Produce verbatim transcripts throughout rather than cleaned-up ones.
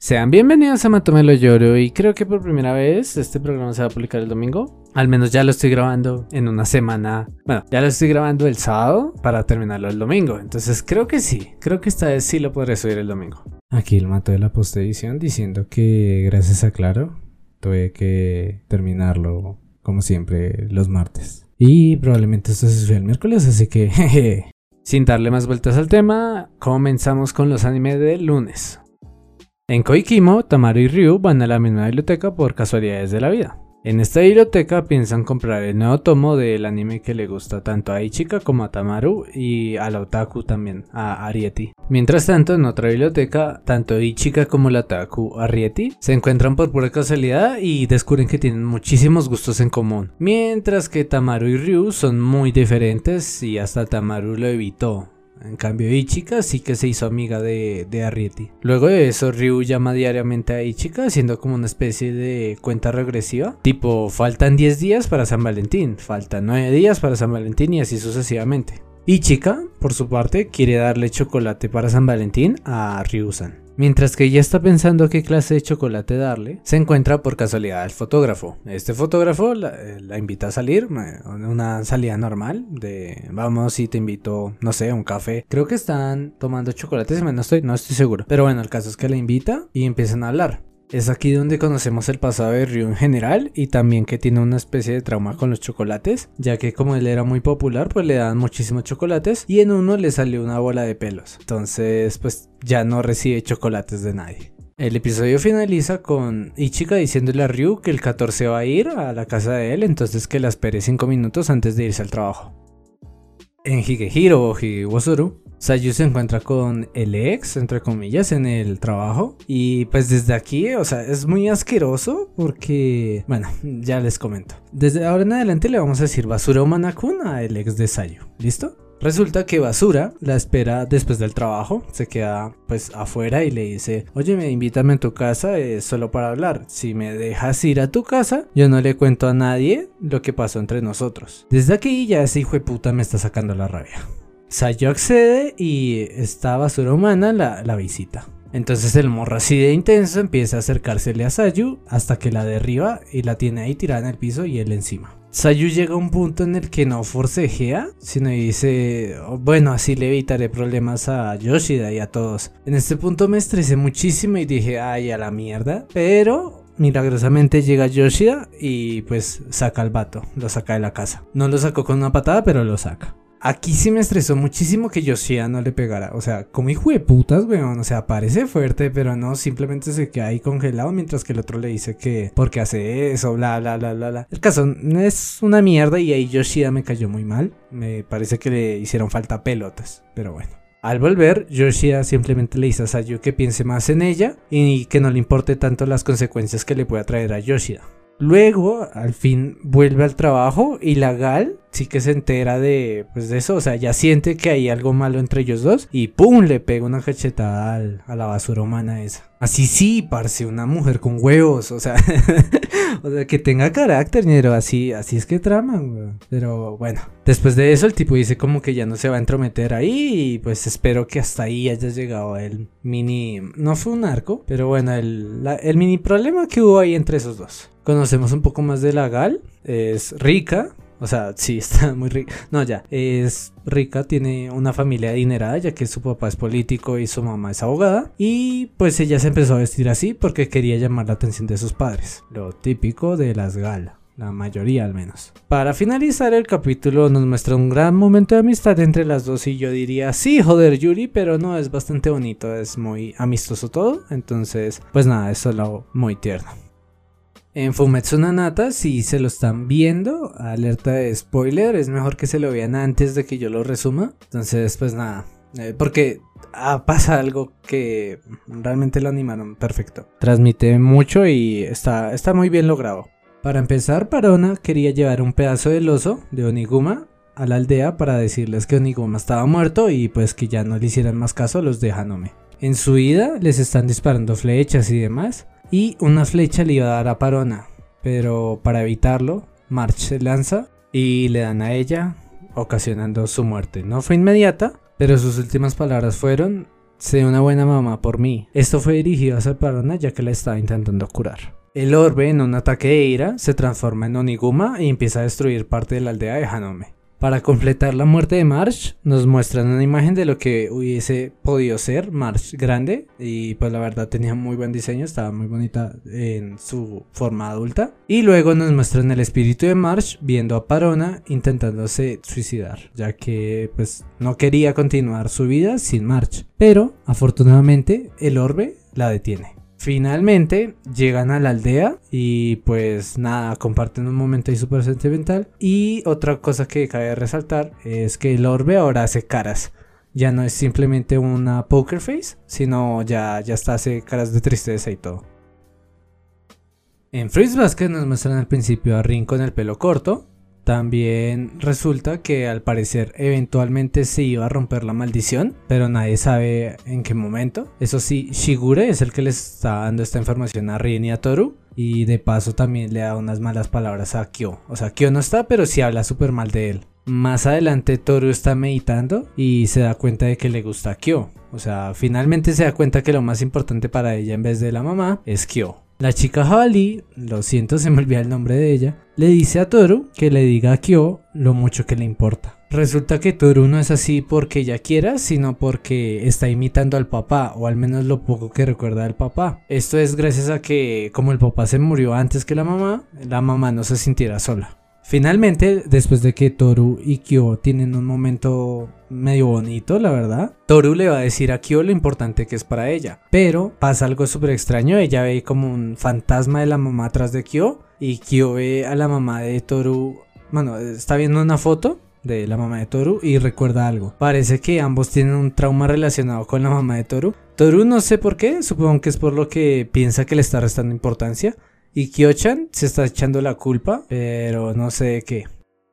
Sean bienvenidos a Matomelo Lloro y creo que por primera vez este programa se va a publicar el domingo. Al menos ya lo estoy grabando en una semana. Bueno, ya lo estoy grabando el sábado para terminarlo el domingo. Entonces creo que sí, creo que esta vez sí lo podré subir el domingo. Aquí el Mato de la postedición diciendo que gracias a Claro tuve que terminarlo como siempre los martes. Y probablemente esto se suba el miércoles, así que jeje. Sin darle más vueltas al tema, comenzamos con los animes del lunes. En Koikimo, Tamaru y Ryu van a la misma biblioteca por casualidades de la vida. En esta biblioteca piensan comprar el nuevo tomo del anime que le gusta tanto a Ichika como a Tamaru y a la otaku también, a Arieti. Mientras tanto, en otra biblioteca, tanto Ichika como la otaku Arieti se encuentran por pura casualidad y descubren que tienen muchísimos gustos en común. Mientras que Tamaru y Ryu son muy diferentes y hasta Tamaru lo evitó. En cambio Ichika sí que se hizo amiga de, de Arieti. Luego de eso Ryu llama diariamente a Ichika haciendo como una especie de cuenta regresiva. Tipo, faltan diez días para San Valentín, faltan nueve días para San Valentín y así sucesivamente. Ichika, por su parte, quiere darle chocolate para San Valentín a Ryu-san. Mientras que ella está pensando qué clase de chocolate darle, se encuentra por casualidad el fotógrafo. Este fotógrafo la, la invita a salir, una salida normal de vamos y te invito, no sé, a un café. Creo que están tomando chocolates, no estoy, no estoy seguro. Pero bueno, el caso es que la invita y empiezan a hablar. Es aquí donde conocemos el pasado de Ryu en general y también que tiene una especie de trauma con los chocolates, ya que como él era muy popular pues le daban muchísimos chocolates y en uno le salió una bola de pelos, entonces pues ya no recibe chocolates de nadie. El episodio finaliza con Ichika diciéndole a Ryu que el catorce va a ir a la casa de él, entonces que la espere cinco minutos antes de irse al trabajo. En Higehiro o Higewazuru, Sayu se encuentra con el ex, entre comillas, en el trabajo. Y pues desde aquí, o sea, es muy asqueroso porque, bueno, ya les comento. Desde ahora en adelante le vamos a decir Basura Manakun a el ex de Sayu, ¿listo? Resulta que Basura la espera después del trabajo, se queda pues afuera y le dice: oye, me invítame a tu casa, es solo para hablar. Si me dejas ir a tu casa, yo no le cuento a nadie lo que pasó entre nosotros. Desde aquí ya ese hijo de puta me está sacando la rabia. Sayu accede y esta basura humana la, la visita. Entonces el morro así de intenso empieza a acercársele a Sayu hasta que la derriba y la tiene ahí tirada en el piso y él encima. Sayu llega a un punto en el que no forcejea, sino dice: bueno, así le evitaré problemas a Yoshida y a todos. En este punto me estresé muchísimo y dije: ay, a la mierda. Pero milagrosamente llega Yoshida y pues saca al vato, lo saca de la casa. No lo sacó con una patada, pero lo saca. Aquí sí me estresó muchísimo que Yoshida no le pegara. O sea, como hijo de putas, weón. O sea, parece fuerte, pero no, simplemente se queda ahí congelado mientras que el otro le dice que porque hace eso, bla, bla, bla, bla, bla. El caso es una mierda y ahí Yoshida me cayó muy mal. Me parece que le hicieron falta pelotas, pero bueno. Al volver, Yoshida simplemente le dice a Sayu que piense más en ella y que no le importe tanto las consecuencias que le pueda traer a Yoshida. Luego, al fin, vuelve al trabajo y la Gal sí que se entera de, pues de eso, o sea, ya siente que hay algo malo entre ellos dos y ¡pum! Le pega una cachetada al, a la basura humana esa. Así sí, parce, una mujer con huevos, o sea, o sea, que tenga carácter, ñero, así, así es que traman, güey. Pero bueno, después de eso el tipo dice como que ya no se va a entrometer ahí y pues espero que hasta ahí haya llegado el mini, no fue un arco, pero bueno, el, la, el mini problema que hubo ahí entre esos dos. Conocemos un poco más de la Gal, es rica. O sea, sí, está muy rica. No, ya, es rica, tiene una familia adinerada, ya que su papá es político y su mamá es abogada. Y pues ella se empezó a vestir así porque quería llamar la atención de sus padres. Lo típico de las Gal, la mayoría al menos. Para finalizar el capítulo nos muestra un gran momento de amistad entre las dos y yo diría, sí, joder Yuri, pero no, es bastante bonito, es muy amistoso todo. Entonces, pues nada, es solo muy tierno. En Fumetsu no Nata, si se lo están viendo, alerta de spoiler, es mejor que se lo vean antes de que yo lo resuma. Entonces, pues nada, eh, porque ah, pasa algo que realmente lo animaron perfecto. Transmite mucho y está, está muy bien logrado. Para empezar, Parona quería llevar un pedazo del oso de Oniguma a la aldea para decirles que Oniguma estaba muerto y pues que ya no le hicieran más caso a los de Hanome. En su ida les están disparando flechas y demás. Y una flecha le iba a dar a Parona, pero para evitarlo, March se lanza y le dan a ella, ocasionando su muerte. No fue inmediata, pero sus últimas palabras fueron: sé una buena mamá por mí. Esto fue dirigido hacia Parona ya que la estaba intentando curar. El orbe, en un ataque de ira, se transforma en Oniguma y empieza a destruir parte de la aldea de Hanome. Para completar la muerte de March, nos muestran una imagen de lo que hubiese podido ser March grande. Y pues la verdad tenía muy buen diseño, estaba muy bonita en su forma adulta. Y luego nos muestran el espíritu de March viendo a Parona intentándose suicidar, ya que pues no quería continuar su vida sin March. Pero afortunadamente el orbe la detiene. Finalmente llegan a la aldea y pues nada, comparten un momento ahí súper sentimental. Y otra cosa que cabe resaltar es que el orbe ahora hace caras. Ya no es simplemente una poker face, sino ya, ya está hace caras de tristeza y todo. En Fruits Basket nos muestran al principio a Rin con el pelo corto. También resulta que al parecer eventualmente se iba a romper la maldición, pero nadie sabe en qué momento. Eso sí, Shigure es el que les está dando esta información a Rin y a Toru. Y de paso también le da unas malas palabras a Kyo. O sea, Kyo no está, pero sí habla súper mal de él. Más adelante Toru está meditando y se da cuenta de que le gusta a Kyo. O sea, finalmente se da cuenta que lo más importante para ella en vez de la mamá es Kyo. La chica jabalí, lo siento se me olvidó el nombre de ella, le dice a Toru que le diga a Kyo lo mucho que le importa. Resulta que Toru no es así porque ella quiera, sino porque está imitando al papá, o al menos lo poco que recuerda del papá. Esto es gracias a que como el papá se murió antes que la mamá, la mamá no se sintiera sola. Finalmente, después de que Toru y Kyo tienen un momento medio bonito, la verdad, Toru le va a decir a Kyo lo importante que es para ella. Pero pasa algo súper extraño, ella ve como un fantasma de la mamá atrás de Kyo y Kyo ve a la mamá de Toru, bueno, está viendo una foto de la mamá de Toru y recuerda algo. Parece que ambos tienen un trauma relacionado con la mamá de Toru. Toru no sé por qué, supongo que es por lo que piensa que le está restando importancia. Y Kyo-chan se está echando la culpa, pero no sé de qué.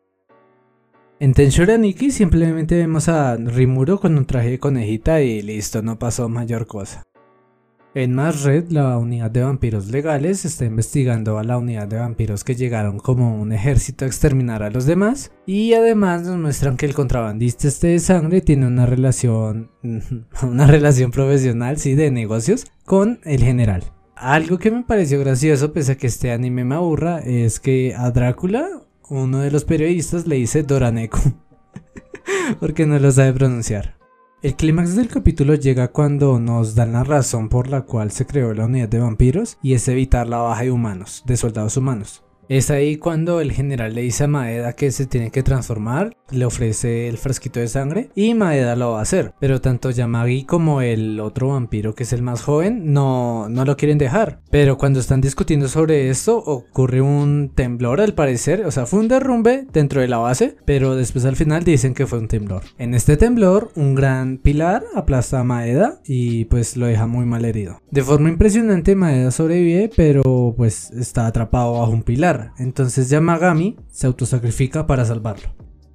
En Tensura Nikki simplemente vemos a Rimuro con un traje de conejita y listo, no pasó mayor cosa. En Mass Red, la unidad de vampiros legales está investigando a la unidad de vampiros que llegaron como un ejército a exterminar a los demás. Y además nos muestran que el contrabandista este de sangre tiene una relación, una relación profesional, sí, de negocios con el general. Algo que me pareció gracioso, pese a que este anime me aburra, es que a Drácula, uno de los periodistas le dice Doraneco, porque no lo sabe pronunciar. El clímax del capítulo llega cuando nos dan la razón por la cual se creó la unidad de vampiros, y es evitar la baja de humanos, de soldados humanos. Es ahí cuando el general le dice a Maeda que se tiene que transformar, le ofrece el frasquito de sangre y Maeda lo va a hacer. Pero tanto Yamagi como el otro vampiro, que es el más joven, no, no lo quieren dejar. Pero cuando están discutiendo sobre esto ocurre un temblor al parecer, o sea fue un derrumbe dentro de la base, pero después al final dicen que fue un temblor. En este temblor un gran pilar aplasta a Maeda y pues lo deja muy mal herido. De forma impresionante Maeda sobrevive, pero pues está atrapado bajo un pilar. Entonces Yamagami se autosacrifica para salvarlo.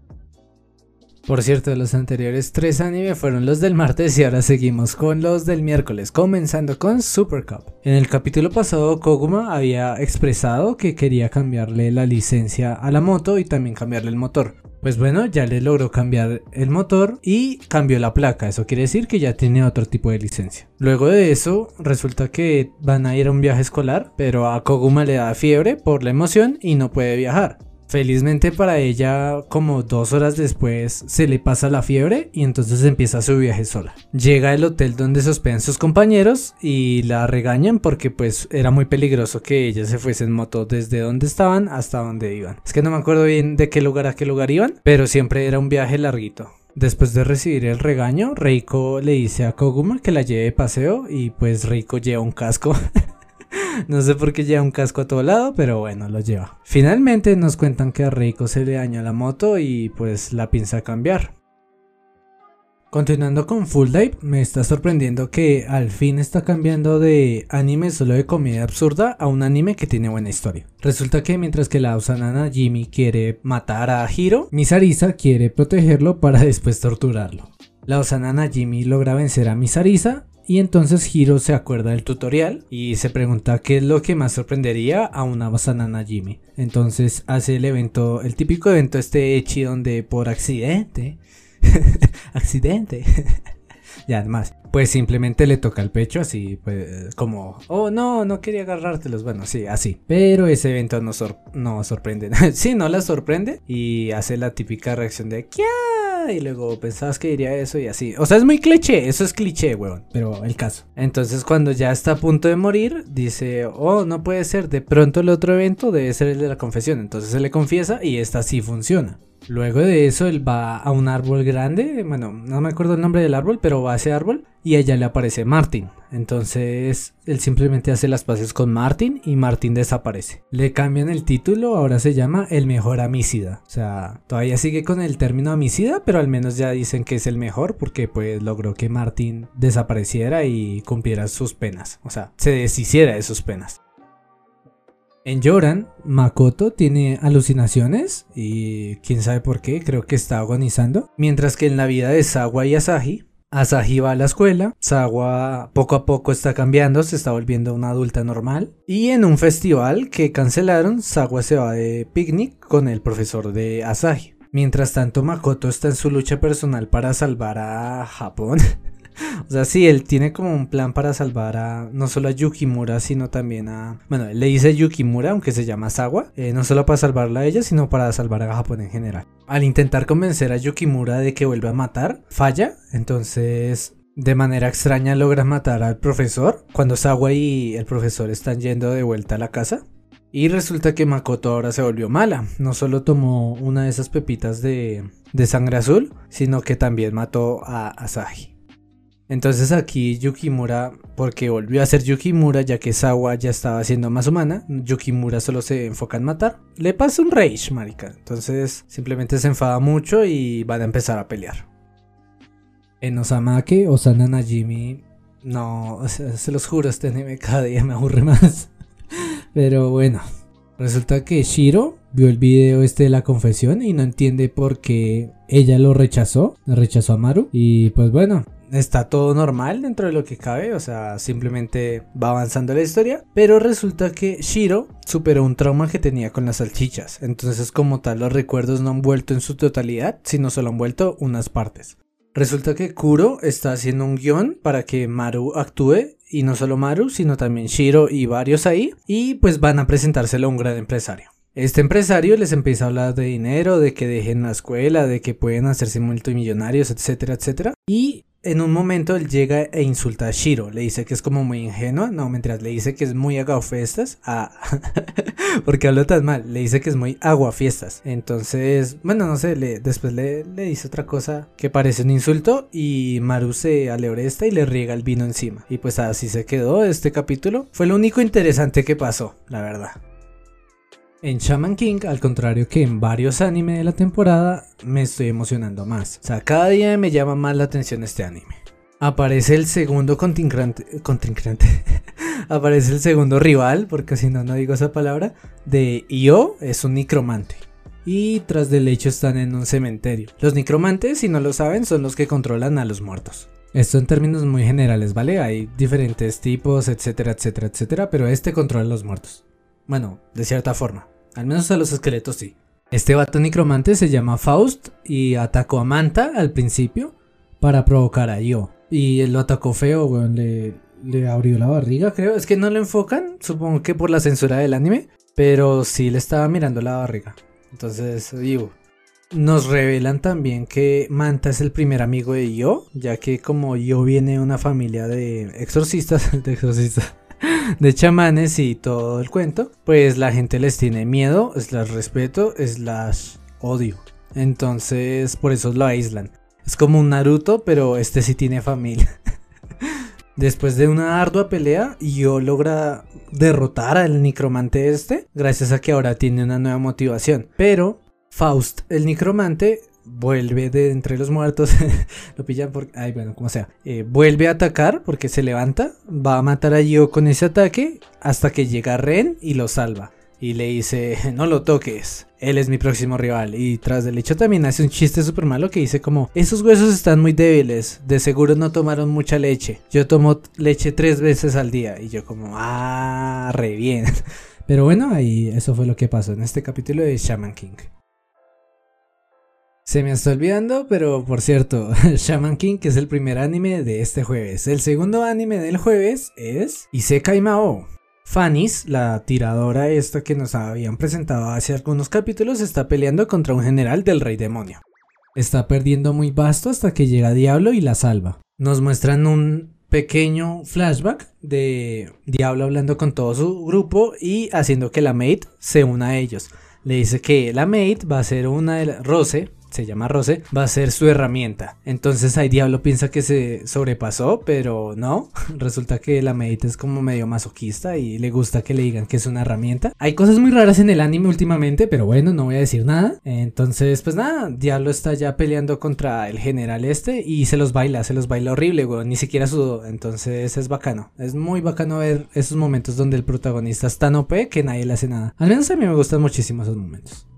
Por cierto, los anteriores tres anime fueron los del martes y ahora seguimos con los del miércoles, comenzando con Super Cup. En el capítulo pasado Koguma había expresado que quería cambiarle la licencia a la moto y también cambiarle el motor. Pues bueno, ya le logró cambiar el motor y cambió la placa, eso quiere decir que ya tiene otro tipo de licencia. Luego de eso, resulta que van a ir a un viaje escolar, pero a Koguma le da fiebre por la emoción y no puede viajar. Felizmente para ella, como dos horas después se le pasa la fiebre y entonces empieza su viaje sola. Llega al hotel donde se hospedan sus compañeros y la regañan porque pues era muy peligroso que ella se fuese en moto desde donde estaban hasta donde iban. Es que no me acuerdo bien de qué lugar a qué lugar iban, pero siempre era un viaje larguito. Después de recibir el regaño, Reiko le dice a Koguma que la lleve de paseo y pues Reiko lleva un casco. No sé por qué lleva un casco a todo lado, pero bueno, lo lleva. Finalmente nos cuentan que a Reiko se le dañó la moto y pues la piensa cambiar. Continuando con Full Dive, me está sorprendiendo que al fin está cambiando de anime solo de comedia absurda a un anime que tiene buena historia. Resulta que mientras que la Osana Najimi quiere matar a Hiro, Misarisa quiere protegerlo para después torturarlo. La Osana Najimi logra vencer a Misarisa y entonces Hiro se acuerda del tutorial y se pregunta qué es lo que más sorprendería a una Osana Najimi. Entonces hace el evento, el típico evento este Ecchi donde por accidente, accidente, Ya además, pues simplemente le toca el pecho así, pues como, oh no, no quería agarrártelos, bueno, sí, así. Pero ese evento no, sor no sorprende, sí, no la sorprende y hace la típica reacción de ¿qué? Y luego pensabas que diría eso y así. O sea, es muy cliché, eso es cliché, weón, pero el caso. Entonces cuando ya está a punto de morir, dice, oh, no puede ser, de pronto el otro evento debe ser el de la confesión. Entonces se le confiesa y esta sí funciona. Luego de eso él va a un árbol grande, bueno, no me acuerdo el nombre del árbol, pero va a ese árbol y allá le aparece Martin. Entonces él simplemente hace las paces con Martin y Martin desaparece. Le cambian el título, ahora se llama el mejor homicida. O sea, todavía sigue con el término homicida, pero al menos ya dicen que es el mejor porque pues logró que Martin desapareciera y cumpliera sus penas. O sea, se deshiciera de sus penas. En Yoran, Makoto tiene alucinaciones y quién sabe por qué, creo que está agonizando. Mientras que en la vida de Sawa y Asahi, Asahi va a la escuela, Sawa poco a poco está cambiando, se está volviendo una adulta normal. Y en un festival que cancelaron, Sawa se va de picnic con el profesor de Asahi. Mientras tanto, Makoto está en su lucha personal para salvar a Japón. O sea, sí, él tiene como un plan para salvar a no solo a Yukimura, sino también a... Bueno, él le dice Yukimura, aunque se llama Sawa, eh, no solo para salvarla a ella, sino para salvar a Japón en general. Al intentar convencer a Yukimura de que vuelva a matar, falla, entonces de manera extraña logra matar al profesor cuando Sawa y el profesor están yendo de vuelta a la casa. Y resulta que Makoto ahora se volvió mala, no solo tomó una de esas pepitas de, de sangre azul, sino que también mató a Asahi. Entonces aquí Yukimura, porque volvió a ser Yukimura ya que Sawa ya estaba siendo más humana, Yukimura solo se enfoca en matar, le pasa un rage, marica, entonces simplemente se enfada mucho y van a empezar a pelear. En Osamake, Osana Najimi, no, o sea, se los juro, este anime cada día me aburre más, pero bueno, resulta que Shiro vio el video este de la confesión y no entiende por qué ella lo rechazó, rechazó a Maru y pues bueno. Está todo normal dentro de lo que cabe, o sea, simplemente va avanzando la historia, pero resulta que Shiro superó un trauma que tenía con las salchichas, entonces como tal los recuerdos no han vuelto en su totalidad, sino solo han vuelto unas partes. Resulta que Kuro está haciendo un guión para que Maru actúe, y no solo Maru, sino también Shiro y varios ahí, y pues van a presentárselo a un gran empresario. Este empresario les empieza a hablar de dinero, de que dejen la escuela, de que pueden hacerse multimillonarios, etcétera, etcétera, y en un momento él llega e insulta a Shiro, le dice que es como muy ingenua, no mentiras, le dice que es muy agafiestas, ah, porque hablo tan mal, le dice que es muy aguafiestas, entonces, bueno, no sé, le, después le, le dice otra cosa que parece un insulto y Maru se alebresta y le riega el vino encima, y pues así se quedó este capítulo, fue lo único interesante que pasó, la verdad. En Shaman King, al contrario que en varios anime de la temporada, me estoy emocionando más. O sea, cada día me llama más la atención este anime. Aparece el segundo contrincante, contrincante. Aparece el segundo rival, porque si no, no digo esa palabra, de Io, es un necromante. Y tras del hecho están en un cementerio. Los necromantes, si no lo saben, son los que controlan a los muertos. Esto en términos muy generales, ¿vale? Hay diferentes tipos, etcétera, etcétera, etcétera, pero este controla a los muertos. Bueno, de cierta forma, al menos a los esqueletos sí. Este vato necromante se llama Faust y atacó a Manta al principio para provocar a Io. Y él lo atacó feo, weón, le, le abrió la barriga, creo. Es que no lo enfocan, supongo que por la censura del anime, pero sí le estaba mirando la barriga. Entonces, Io. Nos revelan también que Manta es el primer amigo de Io, ya que como Io viene de una familia de exorcistas, de exorcistas. de chamanes y todo el cuento, pues la gente les tiene miedo, slash respeto, slash odio. Entonces por eso lo aíslan. Es como un Naruto, pero este sí tiene familia. Después de una ardua pelea, Io logra derrotar al necromante este, gracias a que ahora tiene una nueva motivación. Pero Faust, el necromante, vuelve de entre los muertos, lo pillan por... Ay, bueno, como sea. Eh, vuelve a atacar porque se levanta, va a matar a Io con ese ataque hasta que llega Ren y lo salva. Y le dice, no lo toques, él es mi próximo rival. Y tras del hecho también hace un chiste súper malo que dice como, esos huesos están muy débiles, de seguro no tomaron mucha leche. Yo tomo leche tres veces al día. Y yo como, ah, re bien. Pero bueno, ahí eso fue lo que pasó en este capítulo de Shaman King. Se me está olvidando, pero por cierto, Shaman King, que es el primer anime de este jueves. El segundo anime del jueves es Isekai Mao. Fannis, la tiradora esta que nos habían presentado hace algunos capítulos, está peleando contra un general del Rey Demonio. Está perdiendo muy vasto hasta que llega Diablo y la salva. Nos muestran un pequeño flashback de Diablo hablando con todo su grupo y haciendo que la maid se una a ellos. Le dice que la maid va a ser una de las... Rose, se llama Rose, va a ser su herramienta. Entonces ahí Diablo piensa que se sobrepasó, pero no. Resulta que la maid es como medio masoquista y le gusta que le digan que es una herramienta. Hay cosas muy raras en el anime últimamente, pero bueno, no voy a decir nada. Entonces pues nada, Diablo está ya peleando contra el general este y se los baila, se los baila horrible, güey, ni siquiera sudó. Entonces es bacano, es muy bacano ver esos momentos donde el protagonista es tan O P que nadie le hace nada. Al menos a mí me gustan muchísimo esos momentos.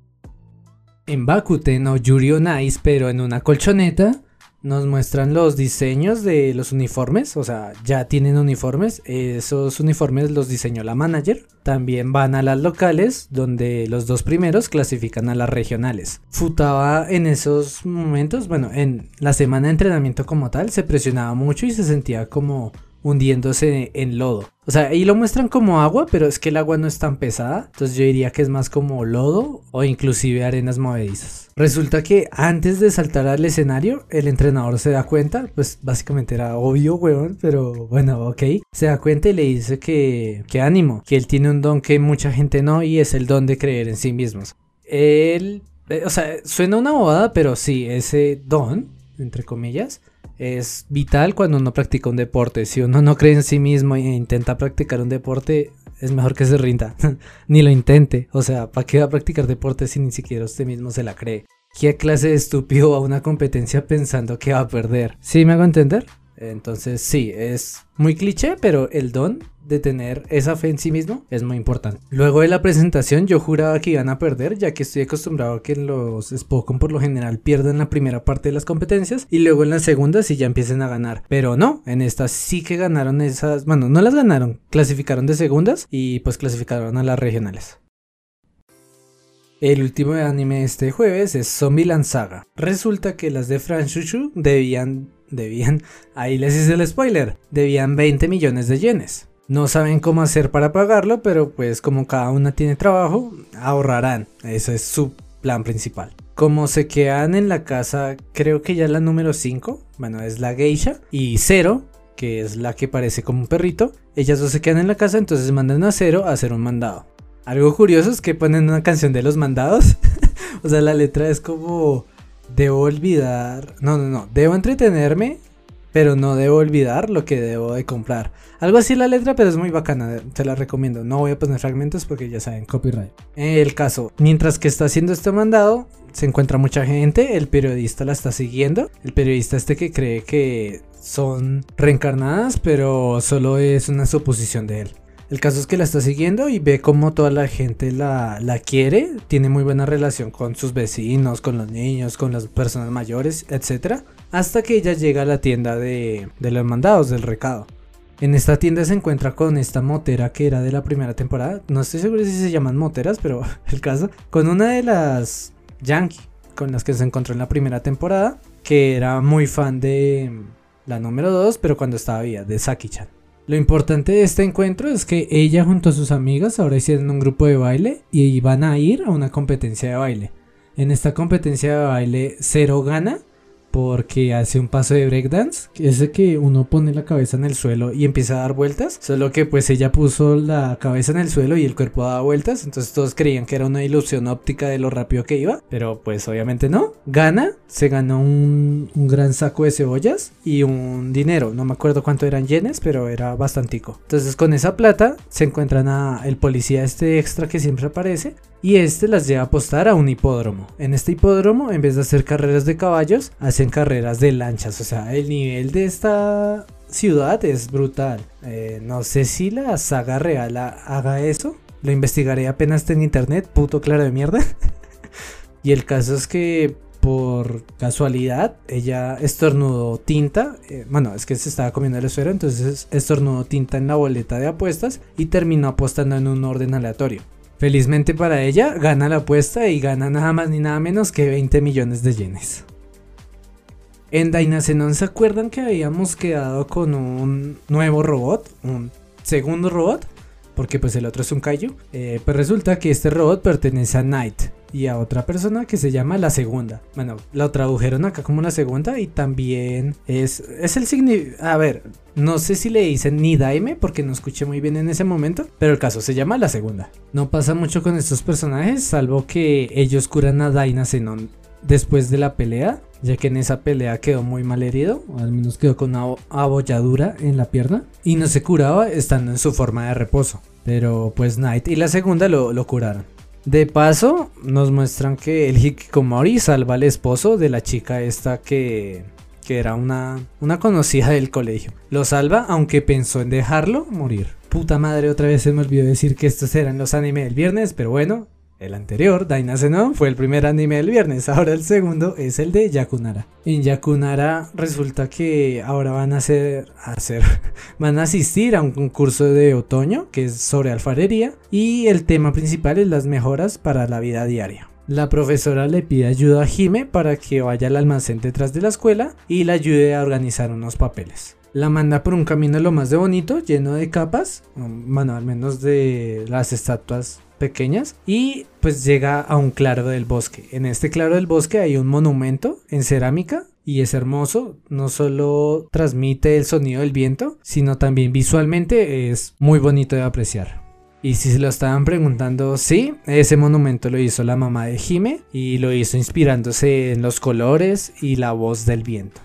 En Bakuten o Yuri on Ice, pero en una colchoneta, nos muestran los diseños de los uniformes, o sea, ya tienen uniformes, esos uniformes los diseñó la manager. También van a las locales, donde los dos primeros clasifican a las regionales. Futaba en esos momentos, bueno, en la semana de entrenamiento como tal, se presionaba mucho y se sentía como hundiéndose en lodo. O sea, ahí lo muestran como agua, pero es que el agua no es tan pesada. Entonces yo diría que es más como lodo o inclusive arenas movedizas. Resulta que antes de saltar al escenario, el entrenador se da cuenta, pues básicamente era obvio, weón, pero bueno, ok. Se da cuenta y le dice que, que ánimo, que él tiene un don que mucha gente no y es el don de creer en sí mismos. Él, eh, o sea, suena una bobada, pero sí, ese don, entre comillas, es vital cuando uno practica un deporte. Si uno no cree en sí mismo e intenta practicar un deporte, es mejor que se rinda. Ni lo intente. O sea, ¿para qué va a practicar deporte si ni siquiera usted mismo se la cree? ¿Qué clase de estúpido va a una competencia pensando que va a perder? ¿Sí me hago entender? Entonces sí, es muy cliché, pero el don de tener esa fe en sí mismo es muy importante. Luego de la presentación yo juraba que iban a perder, ya que estoy acostumbrado a que los Spokon por lo general pierdan la primera parte de las competencias y luego en la segunda sí ya empiecen a ganar. Pero no, en esta sí que ganaron esas, bueno, no las ganaron, clasificaron de segundas y pues clasificaron a las regionales. El último anime de este jueves es Zombieland Saga. Resulta que las de Franshushu debían, debían, ahí les hice el spoiler, debían veinte millones de yenes. No saben cómo hacer para pagarlo, pero pues como cada una tiene trabajo, ahorrarán. Ese es su plan principal. Como se quedan en la casa, creo que ya es la número cinco, bueno, es la geisha, y Zero, que es la que parece como un perrito, ellas dos se quedan en la casa, entonces mandan a Zero a hacer un mandado. Algo curioso es que ponen una canción de los mandados. O sea, la letra es como: debo olvidar, no, no, no, debo entretenerme, pero no debo olvidar lo que debo de comprar. Algo así la letra, pero es muy bacana, te la recomiendo. No voy a poner fragmentos porque ya saben, copyright. El caso, mientras que está haciendo este mandado, se encuentra mucha gente, el periodista la está siguiendo. El periodista este que cree que son reencarnadas, pero solo es una suposición de él. El caso es que la está siguiendo y ve cómo toda la gente la, la quiere, tiene muy buena relación con sus vecinos, con los niños, con las personas mayores, etcétera. Hasta que ella llega a la tienda de, de los mandados, del recado. En esta tienda se encuentra con esta motera que era de la primera temporada. No estoy seguro si se llaman moteras, pero el caso. Con una de las yankee con las que se encontró en la primera temporada, que era muy fan de la número dos, pero cuando estaba viva, de Saki-chan. Lo importante de este encuentro es que ella junto a sus amigas ahora hicieron un grupo de baile y van a ir a una competencia de baile. En esta competencia de baile Zero gana porque hace un paso de breakdance, que es el que uno pone la cabeza en el suelo y empieza a dar vueltas, solo que pues ella puso la cabeza en el suelo y el cuerpo daba vueltas, entonces todos creían que era una ilusión óptica de lo rápido que iba, pero pues obviamente no. Gana, se ganó un, un gran saco de cebollas y un dinero, no me acuerdo cuánto eran yenes, pero era bastantico. Entonces con esa plata se encuentran a el policía este extra que siempre aparece, y este las lleva a apostar a un hipódromo. En este hipódromo, en vez de hacer carreras de caballos, hacen carreras de lanchas. O sea, el nivel de esta ciudad es brutal. Eh, no sé si la saga real haga eso. Lo investigaré apenas tenga internet, puto claro de mierda. Y el caso es que por casualidad ella estornudó tinta. Eh, bueno, es que se estaba comiendo el esfero, entonces estornudó tinta en la boleta de apuestas y terminó apostando en un orden aleatorio. Felizmente para ella, gana la apuesta y gana nada más ni nada menos que veinte millones de yenes. En Dynazenon, ¿se acuerdan que habíamos quedado con un nuevo robot? Un segundo robot, porque pues el otro es un Kaiju. Eh, pues resulta que este robot pertenece a Knight y a otra persona que se llama la segunda. Bueno, lo tradujeron acá como la segunda y también es, es el significado. A ver, no sé si le dicen ni Daime porque no escuché muy bien en ese momento, pero el caso se llama la segunda. No pasa mucho con estos personajes, salvo que ellos curan a Dynazenon después de la pelea, ya que en esa pelea quedó muy mal herido, o al menos quedó con una abolladura en la pierna, y no se curaba estando en su forma de reposo. Pero pues Knight y la segunda lo, lo curaron. De paso, nos muestran que el Hikikomori salva al esposo de la chica esta que, que era una, una conocida del colegio. Lo salva, aunque pensó en dejarlo morir. Puta madre, otra vez se me olvidó decir que estos eran los animes del viernes, pero bueno. El anterior, Dynazenon, fue el primer anime del viernes, ahora el segundo es el de Yakunara. En Yakunara resulta que ahora van a hacer, a hacer, van a asistir a un concurso de otoño que es sobre alfarería y el tema principal es las mejoras para la vida diaria. La profesora le pide ayuda a Hime para que vaya al almacén detrás de la escuela y le ayude a organizar unos papeles. La manda por un camino lo más de bonito, lleno de capas, bueno, al menos de las estatuas pequeñas, y pues llega a un claro del bosque. En este claro del bosque hay un monumento en cerámica y es hermoso, no solo transmite el sonido del viento, sino también visualmente es muy bonito de apreciar. Y si se lo estaban preguntando, sí, ese monumento lo hizo la mamá de Hime y lo hizo inspirándose en los colores y la voz del viento.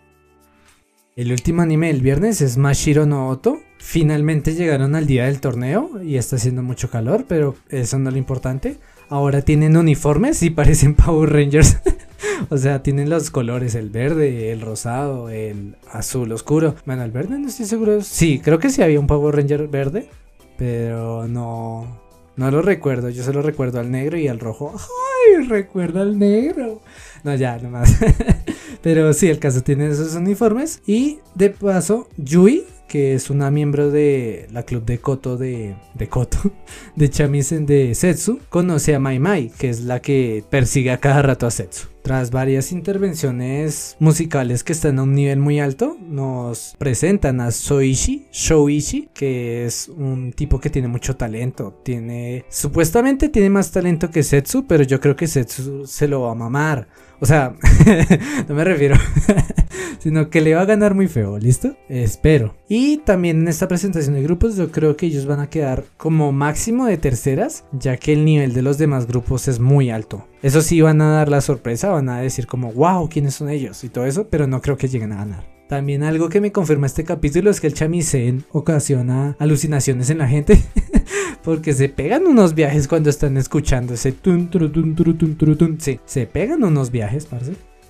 El último anime del viernes es Mashiro no Oto. Finalmente llegaron al día del torneo y está haciendo mucho calor, pero eso no es lo importante. Ahora tienen uniformes y parecen Power Rangers. O sea, tienen los colores, el verde, el rosado, el azul oscuro. Bueno, el verde no estoy seguro. Sí, creo que sí había un Power Ranger verde, pero no, no lo recuerdo. Yo solo recuerdo al negro y al rojo. ¡Ay, recuerdo al negro! No, ya, nomás. Pero sí, el caso tiene esos uniformes. Y de paso, Yui, que es una miembro de la club de Koto de, de Koto, de Chamisen de Setsu, conoce a Mai Mai, que es la que persigue a cada rato a Setsu. Tras varias intervenciones musicales que están a un nivel muy alto, nos presentan a Soichi, Shoichi, que es un tipo que tiene mucho talento. Tiene, supuestamente tiene más talento que Setsu, pero yo creo que Setsu se lo va a mamar. O sea, no me refiero, sino que le va a ganar muy feo, ¿listo? Espero. Y también en esta presentación de grupos yo creo que ellos van a quedar como máximo de terceras, ya que el nivel de los demás grupos es muy alto. Eso sí, van a dar la sorpresa, van a decir como wow, ¿quiénes son ellos? Y todo eso, pero no creo que lleguen a ganar. También algo que me confirma este capítulo es que el shamisen ocasiona alucinaciones en la gente. Porque se pegan unos viajes cuando están escuchando ese tun, tun, tun, tun, tun, tun, tun. Sí, se pegan unos viajes, parce.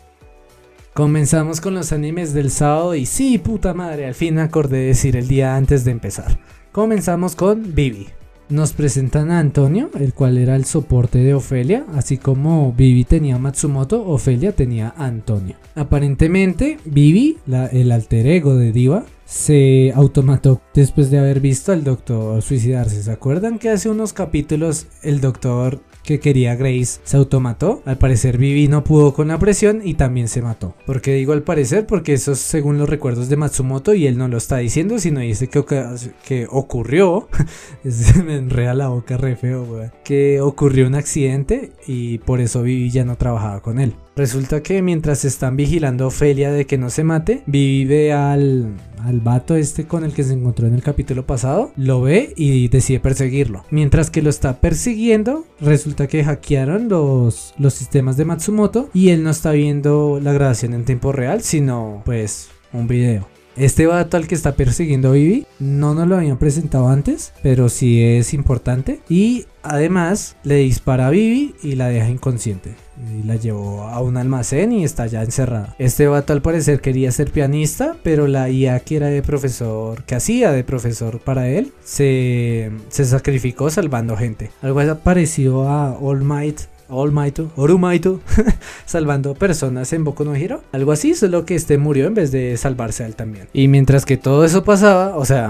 Comenzamos con los animes del sábado y sí, puta madre, al fin acordé decir el día antes de empezar. Comenzamos con Vivi. Nos presentan a Antonio, el cual era el soporte de Ofelia, así como Vivi tenía a Matsumoto, Ofelia tenía a Antonio. Aparentemente, Vivi, la, el alter ego de Diva, se automató después de haber visto al doctor suicidarse. ¿Se acuerdan que hace unos capítulos el doctor que quería a Grace se automató? Al parecer Vivi no pudo con la presión y también se mató. ¿Por qué digo al parecer? Porque eso es según los recuerdos de Matsumoto y él no lo está diciendo, sino dice que, que ocurrió, me enreda la boca re feo, wey, que ocurrió un accidente y por eso Vivi ya no trabajaba con él. Resulta que mientras están vigilando a Ofelia de que no se mate, Vivi ve al, al vato este con el que se encontró en el capítulo pasado, lo ve y decide perseguirlo. Mientras que lo está persiguiendo, resulta que hackearon los, los sistemas de Matsumoto y él no está viendo la grabación en tiempo real, sino pues un video. Este vato al que está persiguiendo a Vivi no nos lo habían presentado antes, pero sí es importante. Y además le dispara a Vivi y la deja inconsciente. Y la llevó a un almacén y está ya encerrada. Este vato al parecer quería ser pianista, pero la I A que era de profesor, que hacía de profesor para él, se, se sacrificó salvando gente. Algo parecido a All Might. All Might, Orumaito, salvando personas en Boku no Hero. Algo así, solo que este murió en vez de salvarse a él también. Y mientras que todo eso pasaba, o sea,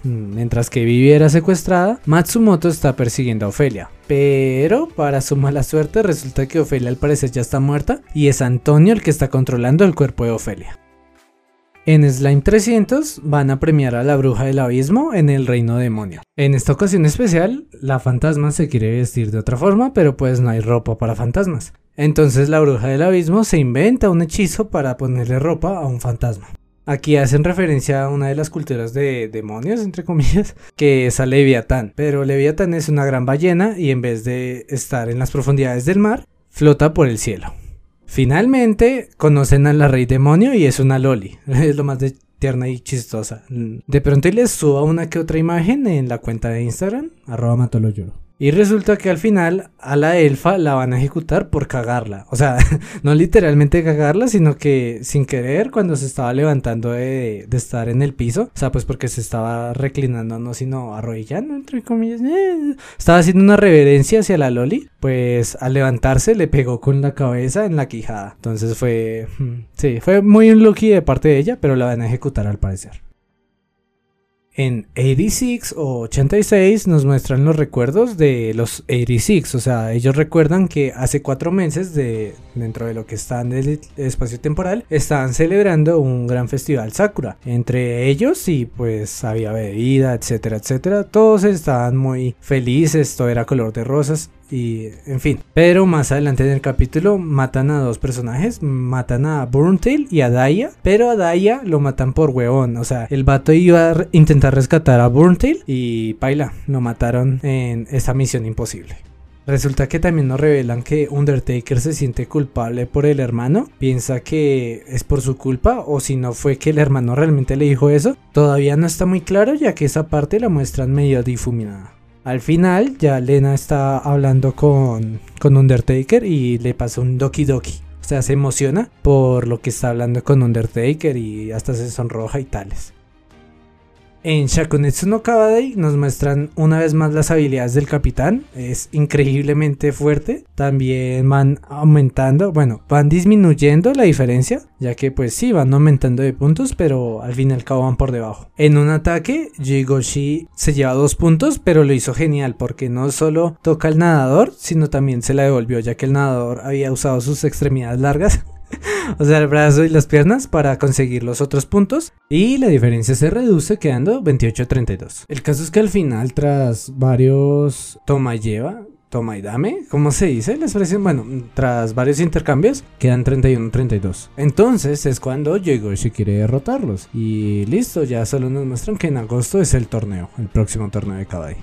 Mientras que Vivi era secuestrada, Matsumoto está persiguiendo a Ofelia. Pero para su mala suerte resulta que Ofelia al parecer ya está muerta y es Antonio el que está controlando el cuerpo de Ofelia. En Slime trescientos van a premiar a la bruja del abismo en el reino demonio. En esta ocasión especial, la fantasma se quiere vestir de otra forma, pero pues no hay ropa para fantasmas. Entonces la bruja del abismo se inventa un hechizo para ponerle ropa a un fantasma. Aquí hacen referencia a una de las culturas de demonios, entre comillas, que es a Leviatán. Pero Leviatán es una gran ballena y en vez de estar en las profundidades del mar, flota por el cielo. Finalmente conocen a la rey demonio y es una loli, es lo más de tierna y chistosa. De pronto les subo una que otra imagen en la cuenta de Instagram, arroba matoloyoro. Y resulta que al final a la elfa la van a ejecutar por cagarla. O sea, no literalmente cagarla, sino que sin querer cuando se estaba levantando de, de estar en el piso. O sea, pues porque se estaba reclinando, no sino arrodillando, entre comillas. Eh, estaba haciendo una reverencia hacia la loli. Pues al levantarse le pegó con la cabeza en la quijada. Entonces fue... Sí, fue muy unlucky de parte de ella, pero la van a ejecutar al parecer. En ochenta y seis o ochenta y seis nos muestran los recuerdos de los ochenta y seis, o sea, ellos recuerdan que hace cuatro meses de, dentro de lo que está en el espacio temporal, estaban celebrando un gran festival Sakura, entre ellos y pues había bebida, etcétera, etcétera, todos estaban muy felices, todo era color de rosas. Y en fin, pero más adelante en el capítulo matan a dos personajes, matan a Burntail y a Daya, pero a Daya lo matan por huevón, o sea, el vato iba a intentar rescatar a Burntail y paila, lo mataron en esa misión imposible. Resulta que también nos revelan que Undertaker se siente culpable por el hermano, piensa que es por su culpa o si no fue que el hermano realmente le dijo eso, todavía no está muy claro ya que esa parte la muestran medio difuminada. Al final ya Lena está hablando con, con Undertaker y le pasa un doki doki. O sea, se emociona por lo que está hablando con Undertaker y hasta se sonroja y tales. En Shakunetsu no Kabadai nos muestran una vez más las habilidades del capitán, es increíblemente fuerte, también van aumentando, bueno, van disminuyendo la diferencia, ya que pues sí, van aumentando de puntos, pero al fin y al cabo van por debajo. En un ataque, Jigoshi se lleva dos puntos, pero lo hizo genial, porque no solo toca al nadador, sino también se la devolvió, ya que el nadador había usado sus extremidades largas. O sea, el brazo y las piernas para conseguir los otros puntos y la diferencia se reduce quedando veintiocho a treinta y dos. El caso es que al final, tras varios toma y lleva, toma y dame, ¿cómo se dice la expresión? Bueno, tras varios intercambios quedan treinta y uno a treinta y dos. Entonces es cuando Jigoshi quiere derrotarlos y listo, ya solo nos muestran que en agosto es el torneo, el próximo torneo de Kabadai.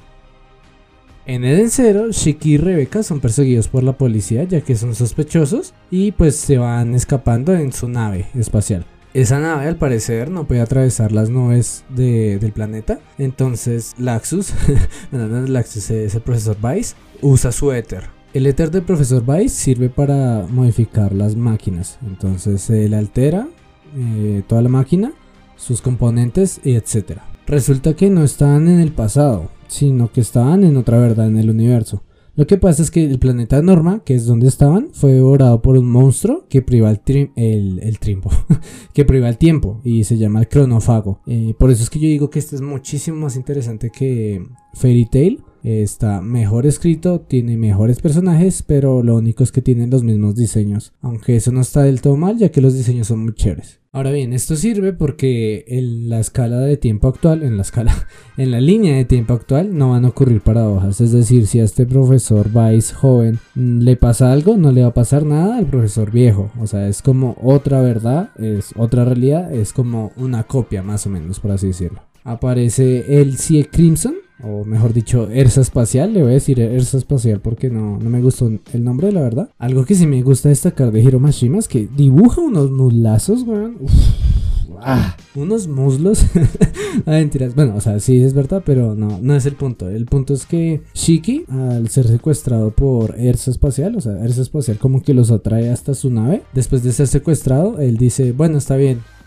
En Eden Zero, Shiki y Rebecca son perseguidos por la policía ya que son sospechosos y pues se van escapando en su nave espacial. Esa nave al parecer no puede atravesar las nubes de, del planeta, entonces Laxus, bueno, no es Laxus, es el profesor Vice, usa su éter. El éter del profesor Vice sirve para modificar las máquinas, entonces él altera eh, toda la máquina, sus componentes y etcétera. Resulta que no están en el pasado, sino que estaban en otra verdad en el universo. Lo que pasa es que el planeta Norma, que es donde estaban, fue devorado por un monstruo que priva el, tri el, el trimpo, que priva el tiempo y se llama el cronófago. Eh, por eso es que yo digo que este es muchísimo más interesante que Fairy Tail. Está mejor escrito, tiene mejores personajes, pero lo único es que tienen los mismos diseños. Aunque eso no está del todo mal, ya que los diseños son muy chéveres. Ahora bien, esto sirve porque en la escala de tiempo actual, en la escala, en la línea de tiempo actual, no van a ocurrir paradojas. Es decir, si a este profesor Vice joven le pasa algo, no le va a pasar nada al profesor viejo. O sea, es como otra verdad, es otra realidad, es como una copia más o menos, por así decirlo. Aparece el C. Crimson, o mejor dicho, Erza Espacial. Le voy a decir Erza Espacial porque no, no me gustó el nombre, la verdad. Algo que sí me gusta destacar de Hiro Mashima es que dibuja unos muslazos, weón. Uf, ah, unos muslos. Ah, mentiras. Bueno, o sea, sí es verdad, pero no, no es el punto. El punto es que Shiki, al ser secuestrado por Erza Espacial, o sea, Erza Espacial como que los atrae hasta su nave. Después de ser secuestrado, él dice, bueno, está bien.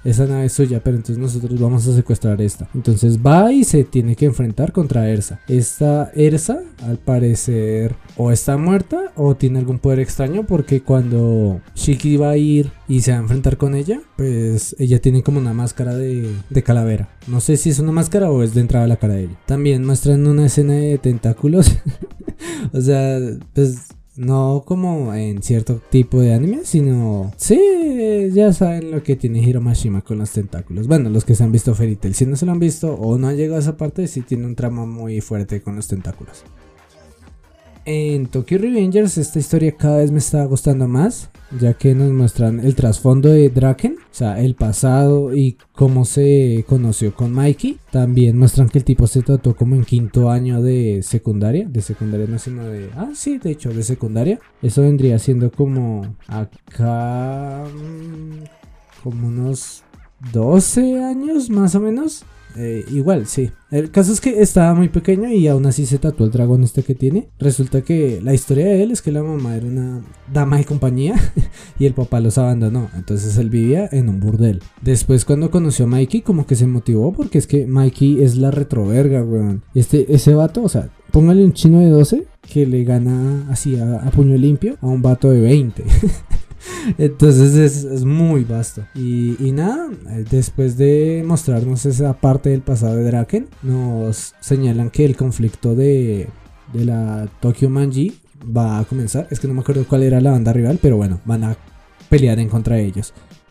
esa nave es suya, pero entonces nosotros vamos a secuestrar esta. Entonces va y se tiene que enfrentar contra Ersa. Esta Ersa, al parecer, o está muerta o tiene algún poder extraño, porque cuando Shiki va a ir y se va a enfrentar con ella, pues ella tiene como una máscara de, de calavera. No sé si es una máscara o es de entrada la cara de ella. También muestran una escena de tentáculos. O sea, pues no como en cierto tipo de anime, sino sí, ya saben lo que tiene Hiro Mashima con los tentáculos. Bueno, los que se han visto Fairy Tail, si no se lo han visto o no han llegado a esa parte, sí tiene un trama muy fuerte con los tentáculos. En Tokyo Revengers esta historia cada vez me está gustando más, ya que nos muestran el trasfondo de Draken, o sea, el pasado y cómo se conoció con Mikey. También muestran que el tipo se trató como en quinto año de secundaria, de secundaria no sino de... Ah, sí, de hecho, de secundaria. Eso vendría siendo como acá... como unos doce años más o menos. Eh, igual, sí. El caso es que estaba muy pequeño y aún así se tatuó el dragón este que tiene. Resulta que la historia de él es que la mamá era una dama de compañía y el papá los abandonó. Entonces él vivía en un burdel. Después cuando conoció a Mikey como que se motivó, porque es que Mikey es la retroverga, weón. Este, ese vato, o sea, póngale un chino de doce que le gana así a, a puño limpio a un vato de veinte. Entonces es, es muy vasto. Y, y nada, después de mostrarnos esa parte del pasado de Draken, nos señalan que el conflicto de, de la Tokyo Manji va a comenzar. Es que no me acuerdo cuál era la banda rival, pero bueno, van a pelear en contra de ellos.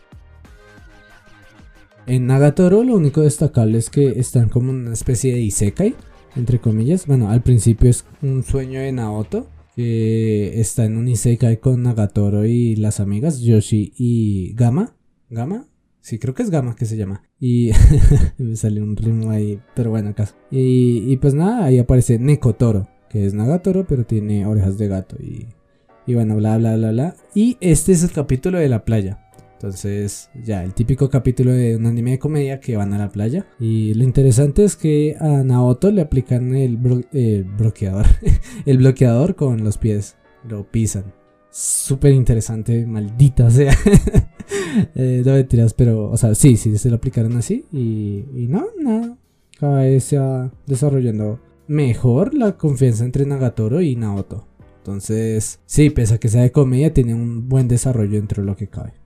En Nagatoro lo único destacable es que están como una especie de isekai, entre comillas. Bueno, al principio es un sueño de Naoto, que está en un isekai con Nagatoro y las amigas Yoshi y Gama. ¿Gama? Sí, creo que es Gama que se llama. Y me salió un ritmo ahí, pero bueno, acaso. Y, y pues nada, ahí aparece Nekotoro, que es Nagatoro, pero tiene orejas de gato. Y, y bueno, bla, bla, bla, bla. Y este es el capítulo de la playa. Entonces, ya, el típico capítulo de un anime de comedia que van a la playa. Y lo interesante es que a Naoto le aplican el, blo el bloqueador. El bloqueador con los pies. Lo pisan. Súper interesante, maldita sea. eh, no mentiras, pero, o sea, sí, sí, se lo aplicaron así. Y, y no, nada. Cada vez se va desarrollando mejor la confianza entre Nagatoro y Naoto. Entonces, sí, pese a que sea de comedia, tiene un buen desarrollo dentro de lo que cabe.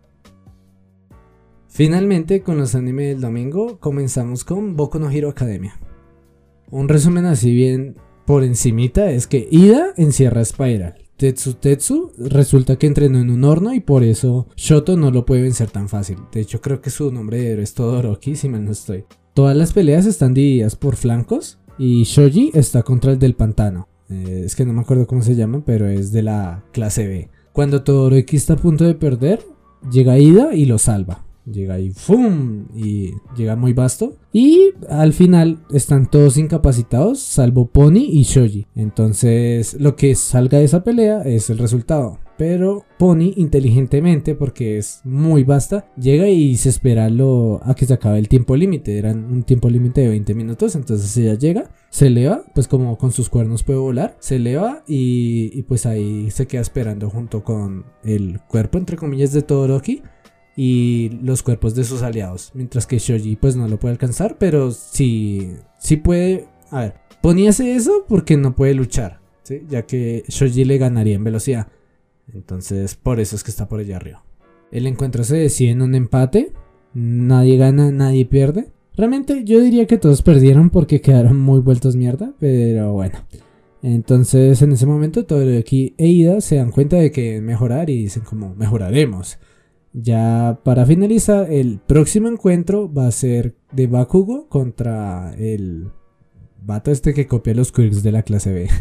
Finalmente, con los animes del domingo, comenzamos con Boku no Hero Academia. Un resumen así bien por encimita es que Ida encierra a Spiral. Tetsu Tetsu resulta que entrenó en un horno y por eso Shoto no lo puede vencer tan fácil. De hecho, creo que su nombre de héroe es Todoroki, si mal no estoy. Todas las peleas están divididas por flancos y Shoji está contra el del pantano. Eh, es que no me acuerdo cómo se llama, pero es de la clase B. Cuando Todoroki está a punto de perder, llega Ida y lo salva. Llega ahí, ¡fum! Y llega muy vasto. Y al final están todos incapacitados, salvo Pony y Shoji. Entonces lo que salga de esa pelea es el resultado. Pero Pony inteligentemente, porque es muy vasta, llega y se espera lo, a que se acabe el tiempo límite. Eran un tiempo límite de veinte minutos. Entonces ella llega, se eleva, pues como con sus cuernos puede volar. Se eleva y, y pues ahí se queda esperando junto con el cuerpo, entre comillas, de Todoroki y los cuerpos de sus aliados, mientras que Shoji pues no lo puede alcanzar, pero sí, sí puede. A ver, Pony hace eso porque no puede luchar, ¿sí? Ya que Shoji le ganaría en velocidad, entonces por eso es que está por allá arriba. El encuentro se decide en un empate, nadie gana, nadie pierde. Realmente yo diría que todos perdieron porque quedaron muy vueltos mierda, pero bueno. Entonces en ese momento Todoroki e Ida se dan cuenta de que deben mejorar y dicen como mejoraremos. Ya para finalizar, el próximo encuentro va a ser de Bakugo contra el vato este que copia los quirks de la clase B.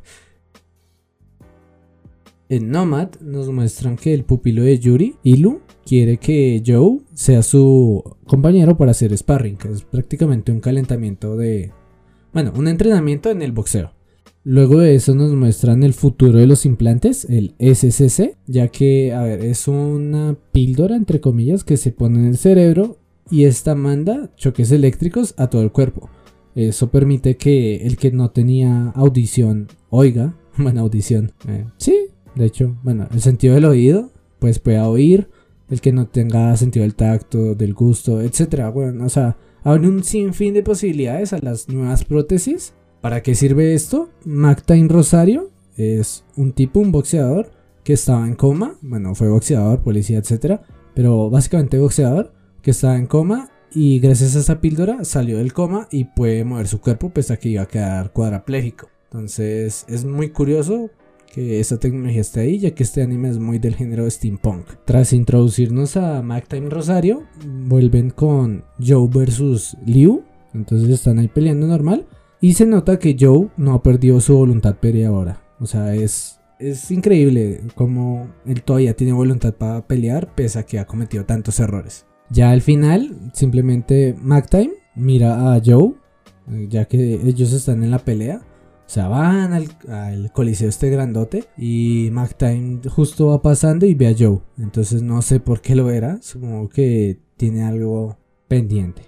En Nomad nos muestran que el pupilo de Yuri, Ilu, quiere que Joe sea su compañero para hacer sparring, que es prácticamente un calentamiento de... Bueno, un entrenamiento en el boxeo. Luego de eso nos muestran el futuro de los implantes, el S C C, ya que, a ver, es una píldora, entre comillas, que se pone en el cerebro y esta manda choques eléctricos a todo el cuerpo. Eso permite que el que no tenía audición oiga, bueno, audición, eh, sí, de hecho, bueno, el sentido del oído, pues pueda oír, el que no tenga sentido del tacto, del gusto, etcétera. Bueno, o sea, abre un sinfín de posibilidades a las nuevas prótesis. ¿Para qué sirve esto? Mactime Rosario es un tipo, un boxeador que estaba en coma. Bueno, fue boxeador, policía, etcétera, pero básicamente boxeador que estaba en coma. Y gracias a esa píldora salió del coma y puede mover su cuerpo pese a que iba a quedar cuadrapléjico. Entonces es muy curioso que esta tecnología esté ahí, ya que este anime es muy del género steampunk. Tras introducirnos a Mactime Rosario, vuelven con Joe versus Liu. Entonces están ahí peleando normal. Y se nota que Joe no ha perdido su voluntad peleadora. O sea, es, es increíble como él todavía tiene voluntad para pelear pese a que ha cometido tantos errores. Ya al final, simplemente Mactime mira a Joe, ya que ellos están en la pelea. O sea, van al, al coliseo este grandote y Mactime justo va pasando y ve a Joe. Entonces no sé por qué lo verá, supongo que tiene algo pendiente.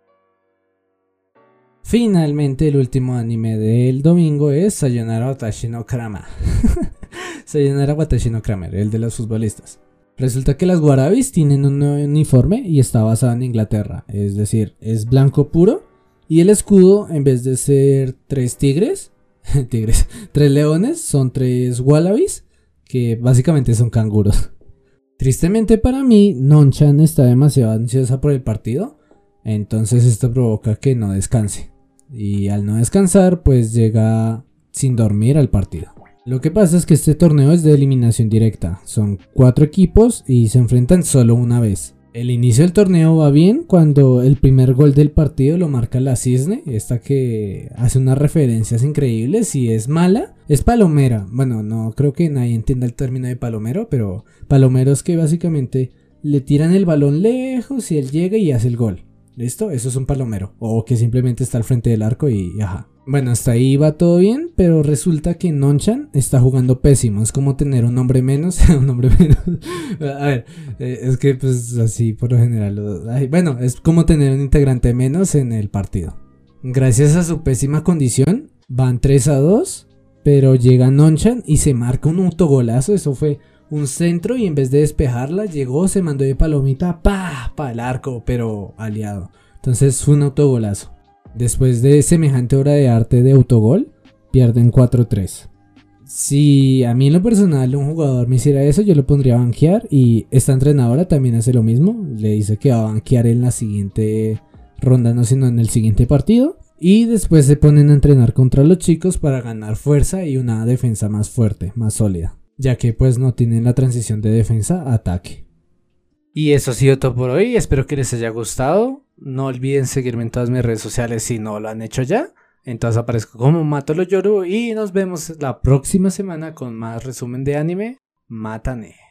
Finalmente, el último anime del domingo es Sayonara Watashi no Krama. Sayonara Watashi no Kramer, el de los futbolistas. Resulta que las Warabis tienen un nuevo uniforme y está basado en Inglaterra, es decir, es blanco puro y el escudo, en vez de ser tres tigres, tigres, tres leones, son tres Wallabies, que básicamente son canguros. Tristemente para mí, Nonchan está demasiado ansiosa por el partido, entonces esto provoca que no descanse. Y al no descansar, pues llega sin dormir al partido. Lo que pasa es que este torneo es de eliminación directa, son cuatro equipos y se enfrentan solo una vez. El inicio del torneo va bien cuando el primer gol del partido lo marca la Cisne, esta que hace unas referencias increíbles y es mala, es palomera. Bueno, no creo que nadie entienda el término de palomero, pero palomero es que básicamente le tiran el balón lejos y él llega y hace el gol. ¿Listo? Eso es un palomero. O que simplemente está al frente del arco y ajá. Bueno, hasta ahí va todo bien, pero resulta que Nonchan está jugando pésimo. Es como tener un hombre menos, un hombre menos. A ver, eh, es que pues así por lo general. Lo, ay, bueno, es como tener un integrante menos en el partido. Gracias a su pésima condición, van tres a dos, pero llega Nonchan y se marca un autogolazo. Eso fue un centro y en vez de despejarla, llegó, se mandó de palomita, pa, pa el arco, pero aliado. Entonces fue un autogolazo. Después de semejante obra de arte de autogol, pierden cuatro tres. Si a mí en lo personal un jugador me hiciera eso, yo lo pondría a banquear. Y esta entrenadora también hace lo mismo. Le dice que va a banquear en la siguiente ronda, no sino en el siguiente partido. Y después se ponen a entrenar contra los chicos para ganar fuerza y una defensa más fuerte, más sólida. Ya que pues no tienen la transición de defensa a ataque. Y eso ha sido todo por hoy, espero que les haya gustado. No olviden seguirme en todas mis redes sociales si no lo han hecho ya. Entonces aparezco como Matolo Yoru y nos vemos la próxima semana con más resumen de anime. Matane.